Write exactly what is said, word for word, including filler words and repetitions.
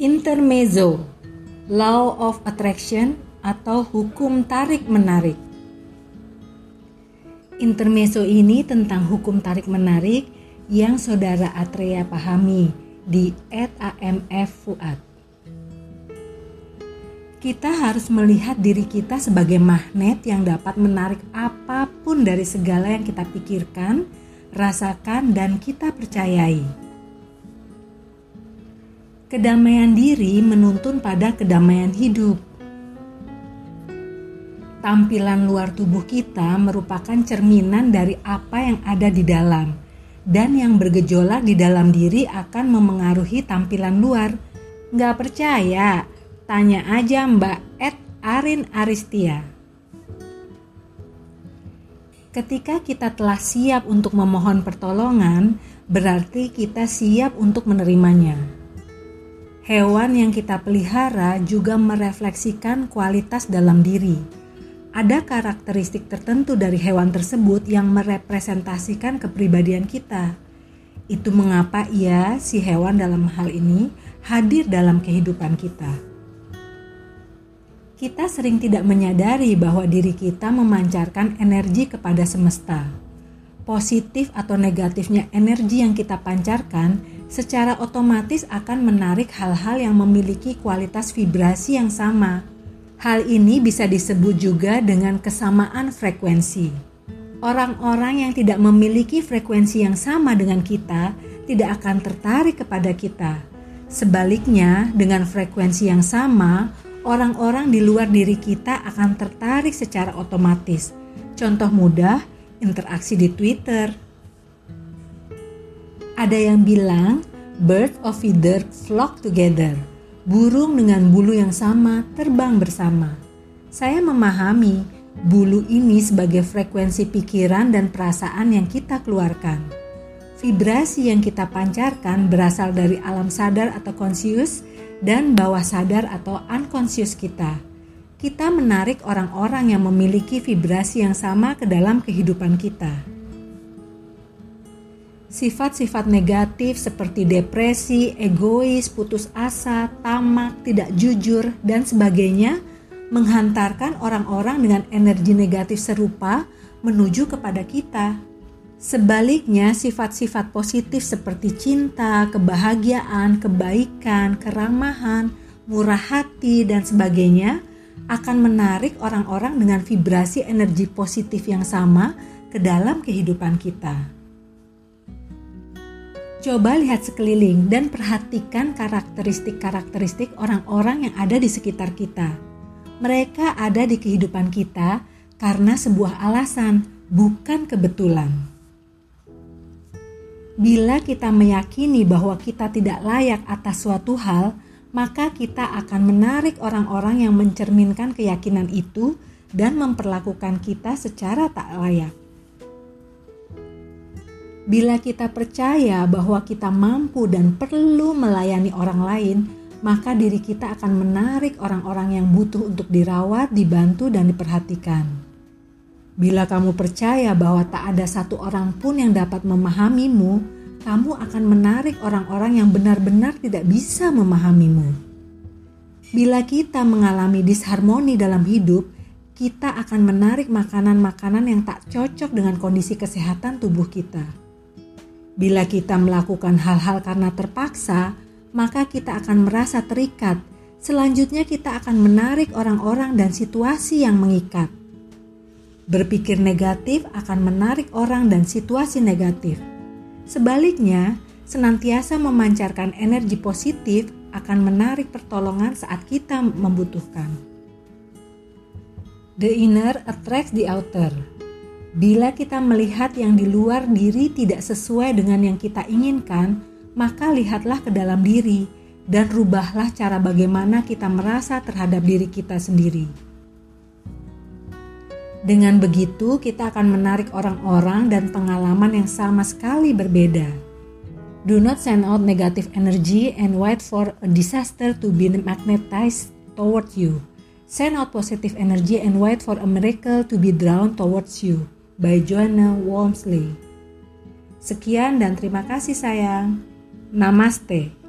Intermezzo, Law of Attraction atau hukum tarik-menarik. Intermezzo ini tentang hukum tarik-menarik yang saudara Atreya pahami di et a m f fuad. Kita harus melihat diri kita sebagai magnet yang dapat menarik apapun dari segala yang kita pikirkan, rasakan, dan kita percayai. Kedamaian diri menuntun pada kedamaian hidup. Tampilan luar tubuh kita merupakan cerminan dari apa yang ada di dalam, dan yang bergejolak di dalam diri akan memengaruhi tampilan luar. Nggak percaya? Tanya aja Mbak et Arin Aristia. Ketika kita telah siap untuk memohon pertolongan, berarti kita siap untuk menerimanya. Hewan yang kita pelihara juga merefleksikan kualitas dalam diri. Ada karakteristik tertentu dari hewan tersebut yang merepresentasikan kepribadian kita. Itu mengapa ia, si hewan dalam hal ini, hadir dalam kehidupan kita. Kita sering tidak menyadari bahwa diri kita memancarkan energi kepada semesta. Positif atau negatifnya energi yang kita pancarkan secara otomatis akan menarik hal-hal yang memiliki kualitas vibrasi yang sama. Hal ini bisa disebut juga dengan kesamaan frekuensi. Orang-orang yang tidak memiliki frekuensi yang sama dengan kita tidak akan tertarik kepada kita. Sebaliknya, dengan frekuensi yang sama, orang-orang di luar diri kita akan tertarik secara otomatis. Contoh mudah, interaksi di Twitter. Ada yang bilang, birds of feather flock together. Burung dengan bulu yang sama terbang bersama. Saya memahami bulu ini sebagai frekuensi pikiran dan perasaan yang kita keluarkan. Vibrasi yang kita pancarkan berasal dari alam sadar atau conscious dan bawah sadar atau unconscious kita. Kita menarik orang-orang yang memiliki vibrasi yang sama ke dalam kehidupan kita. Sifat-sifat negatif seperti depresi, egois, putus asa, tamak, tidak jujur, dan sebagainya menghantarkan orang-orang dengan energi negatif serupa menuju kepada kita. Sebaliknya, sifat-sifat positif seperti cinta, kebahagiaan, kebaikan, keramahan, murah hati, dan sebagainya akan menarik orang-orang dengan vibrasi energi positif yang sama ke dalam kehidupan kita. Coba lihat sekeliling dan perhatikan karakteristik-karakteristik orang-orang yang ada di sekitar kita. Mereka ada di kehidupan kita karena sebuah alasan, bukan kebetulan. Bila kita meyakini bahwa kita tidak layak atas suatu hal, maka kita akan menarik orang-orang yang mencerminkan keyakinan itu dan memperlakukan kita secara tak layak. Bila kita percaya bahwa kita mampu dan perlu melayani orang lain, maka diri kita akan menarik orang-orang yang butuh untuk dirawat, dibantu, dan diperhatikan. Bila kamu percaya bahwa tak ada satu orang pun yang dapat memahamimu, kamu akan menarik orang-orang yang benar-benar tidak bisa memahamimu. Bila kita mengalami disharmoni dalam hidup, kita akan menarik makanan-makanan yang tak cocok dengan kondisi kesehatan tubuh kita. Bila kita melakukan hal-hal karena terpaksa, maka kita akan merasa terikat. Selanjutnya kita akan menarik orang-orang dan situasi yang mengikat. Berpikir negatif akan menarik orang dan situasi negatif. Sebaliknya, senantiasa memancarkan energi positif akan menarik pertolongan saat kita membutuhkan. The inner attracts the outer. Bila kita melihat yang di luar diri tidak sesuai dengan yang kita inginkan, maka lihatlah ke dalam diri dan rubahlah cara bagaimana kita merasa terhadap diri kita sendiri. Dengan begitu, kita akan menarik orang-orang dan pengalaman yang sama sekali berbeda. Do not send out negative energy and wait for a disaster to be magnetized toward you. Send out positive energy and wait for a miracle to be drawn towards you. By Joanna Walmsley. Sekian dan terima kasih sayang. Namaste.